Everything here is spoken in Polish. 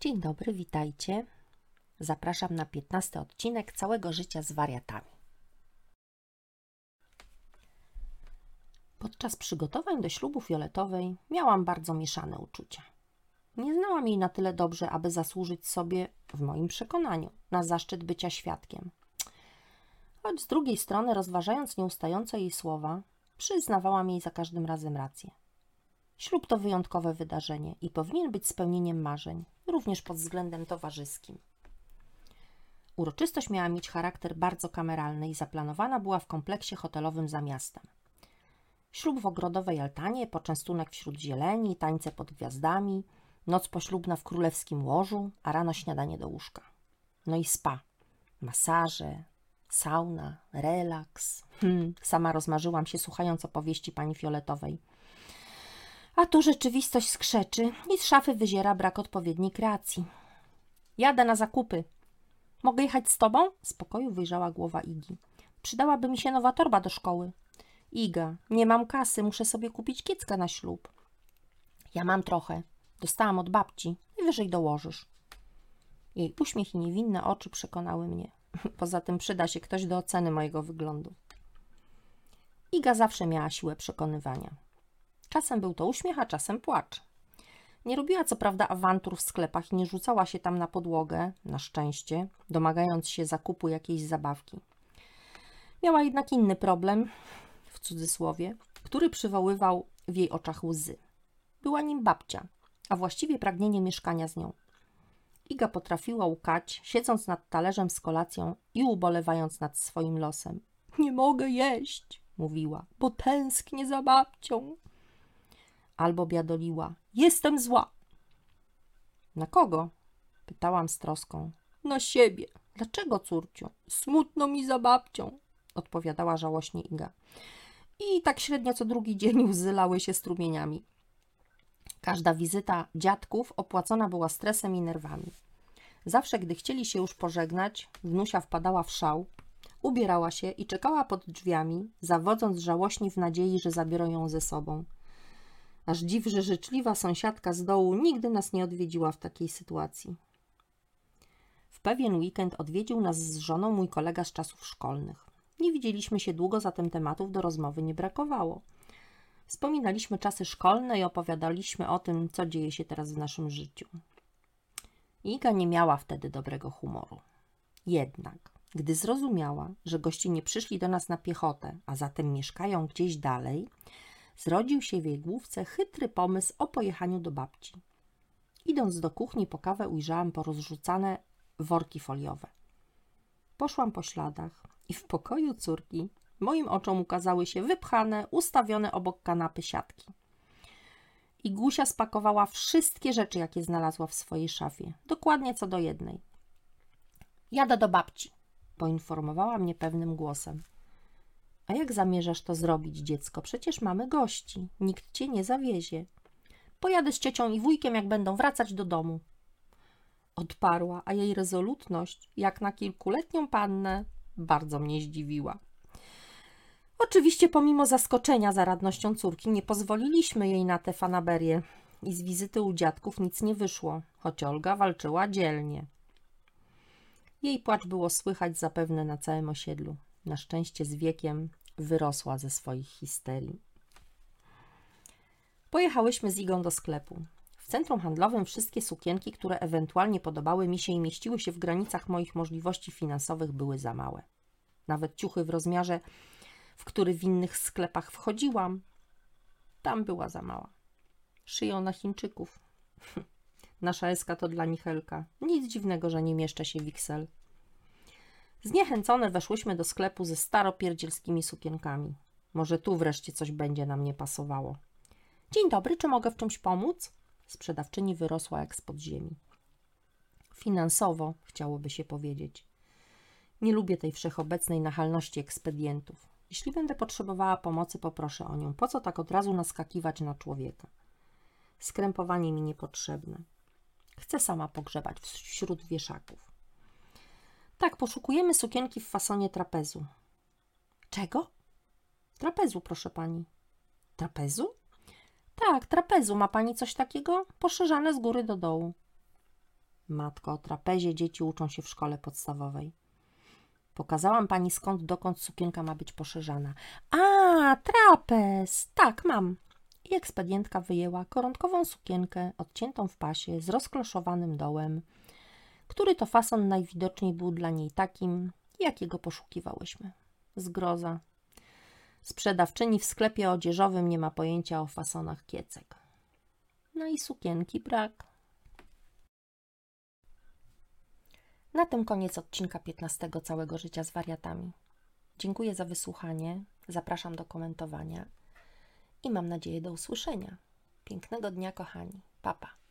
Dzień dobry, witajcie. Zapraszam na 15 odcinek Całego życia z wariatami. Podczas przygotowań do ślubu fioletowej miałam bardzo mieszane uczucia. Nie znałam jej na tyle dobrze, aby zasłużyć sobie, w moim przekonaniu, na zaszczyt bycia świadkiem. Choć z drugiej strony, rozważając nieustająco jej słowa, przyznawałam jej za każdym razem rację. Ślub to wyjątkowe wydarzenie i powinien być spełnieniem marzeń, również pod względem towarzyskim. Uroczystość miała mieć charakter bardzo kameralny i zaplanowana była w kompleksie hotelowym za miastem. Ślub w ogrodowej altanie, poczęstunek wśród zieleni, tańce pod gwiazdami, noc poślubna w królewskim łożu, a rano śniadanie do łóżka. No i spa, masaże, sauna, relaks. Sama rozmarzyłam się, słuchając opowieści pani fioletowej. A tu rzeczywistość skrzeczy i z szafy wyziera brak odpowiedniej kreacji. Jadę na zakupy. Mogę jechać z tobą? Z pokoju wyjrzała głowa Igi. Przydałaby mi się nowa torba do szkoły. Iga, nie mam kasy, muszę sobie kupić kiecka na ślub. Ja mam trochę. Dostałam od babci. Najwyżej dołożysz. Jej uśmiech i niewinne oczy przekonały mnie. Poza tym przyda się ktoś do oceny mojego wyglądu. Iga zawsze miała siłę przekonywania. Czasem był to uśmiech, a czasem płacz. Nie robiła co prawda awantur w sklepach i nie rzucała się tam na podłogę, na szczęście, domagając się zakupu jakiejś zabawki. Miała jednak inny problem, w cudzysłowie, który przywoływał w jej oczach łzy. Była nim babcia, a właściwie pragnienie mieszkania z nią. Iga potrafiła łkać, siedząc nad talerzem z kolacją i ubolewając nad swoim losem. Nie mogę jeść, mówiła, bo tęsknię za babcią. Albo biadoliła. Jestem zła. Na kogo? Pytałam z troską. Na siebie. Dlaczego, córciu? Smutno mi za babcią, odpowiadała żałośnie Iga. I tak średnio co drugi dzień łzy lały się strumieniami. Każda wizyta dziadków opłacona była stresem i nerwami. Zawsze, gdy chcieli się już pożegnać, wnusia wpadała w szał, ubierała się i czekała pod drzwiami, zawodząc żałośnie w nadziei, że zabiorą ją ze sobą. Aż dziw, że życzliwa sąsiadka z dołu nigdy nas nie odwiedziła w takiej sytuacji. W pewien weekend odwiedził nas z żoną mój kolega z czasów szkolnych. Nie widzieliśmy się długo, zatem tematów do rozmowy nie brakowało. Wspominaliśmy czasy szkolne i opowiadaliśmy o tym, co dzieje się teraz w naszym życiu. Iga nie miała wtedy dobrego humoru. Jednak, gdy zrozumiała, że goście nie przyszli do nas na piechotę, a zatem mieszkają gdzieś dalej, zrodził się w jej główce chytry pomysł o pojechaniu do babci. Idąc do kuchni po kawę, ujrzałam porozrzucane worki foliowe. Poszłam po śladach i w pokoju córki moim oczom ukazały się wypchane, ustawione obok kanapy siatki. Igusia spakowała wszystkie rzeczy, jakie znalazła w swojej szafie, dokładnie co do jednej. Jadę do babci, poinformowała mnie pewnym głosem. A jak zamierzasz to zrobić, dziecko? Przecież mamy gości. Nikt cię nie zawiezie. Pojadę z ciocią i wujkiem, jak będą wracać do domu. Odparła, a jej rezolutność, jak na kilkuletnią pannę, bardzo mnie zdziwiła. Oczywiście pomimo zaskoczenia zaradnością córki nie pozwoliliśmy jej na tę fanaberię i z wizyty u dziadków nic nie wyszło, choć Olga walczyła dzielnie. Jej płacz było słychać zapewne na całym osiedlu. Na szczęście z wiekiem wyrosła ze swoich histerii. Pojechałyśmy z Igą do sklepu. W centrum handlowym wszystkie sukienki, które ewentualnie podobały mi się i mieściły się w granicach moich możliwości finansowych, były za małe. Nawet ciuchy w rozmiarze, w który w innych sklepach wchodziłam, tam była za mała. Szyją na Chińczyków. Nasza Eska to dla nich Elka. Nic dziwnego, że nie mieszczę się w XL. Zniechęcone weszłyśmy do sklepu ze staropierdzielskimi sukienkami. Może tu wreszcie coś będzie nam nie pasowało. Dzień dobry, czy mogę w czymś pomóc? Sprzedawczyni wyrosła jak spod ziemi. Finansowo, chciałoby się powiedzieć. Nie lubię tej wszechobecnej nachalności ekspedientów. Jeśli będę potrzebowała pomocy, poproszę o nią. Po co tak od razu naskakiwać na człowieka? Skrępowanie mi niepotrzebne. Chcę sama pogrzebać wśród wieszaków. Tak, poszukujemy sukienki w fasonie trapezu. Czego? Trapezu, proszę pani. Trapezu? Tak, trapezu. Ma pani coś takiego? Poszerzane z góry do dołu. Matko, o trapezie dzieci uczą się w szkole podstawowej. Pokazałam pani skąd dokąd sukienka ma być poszerzana. A, trapez! Tak, mam. I ekspedientka wyjęła koronkową sukienkę, odciętą w pasie, z rozkloszowanym dołem, który to fason najwidoczniej był dla niej takim, jakiego poszukiwałyśmy. Zgroza. Sprzedawczyni w sklepie odzieżowym nie ma pojęcia o fasonach kiecek. No i sukienki brak. Na tym koniec odcinka 15 Całego życia z wariatami. Dziękuję za wysłuchanie, zapraszam do komentowania i mam nadzieję do usłyszenia. Pięknego dnia, kochani. Pa, pa.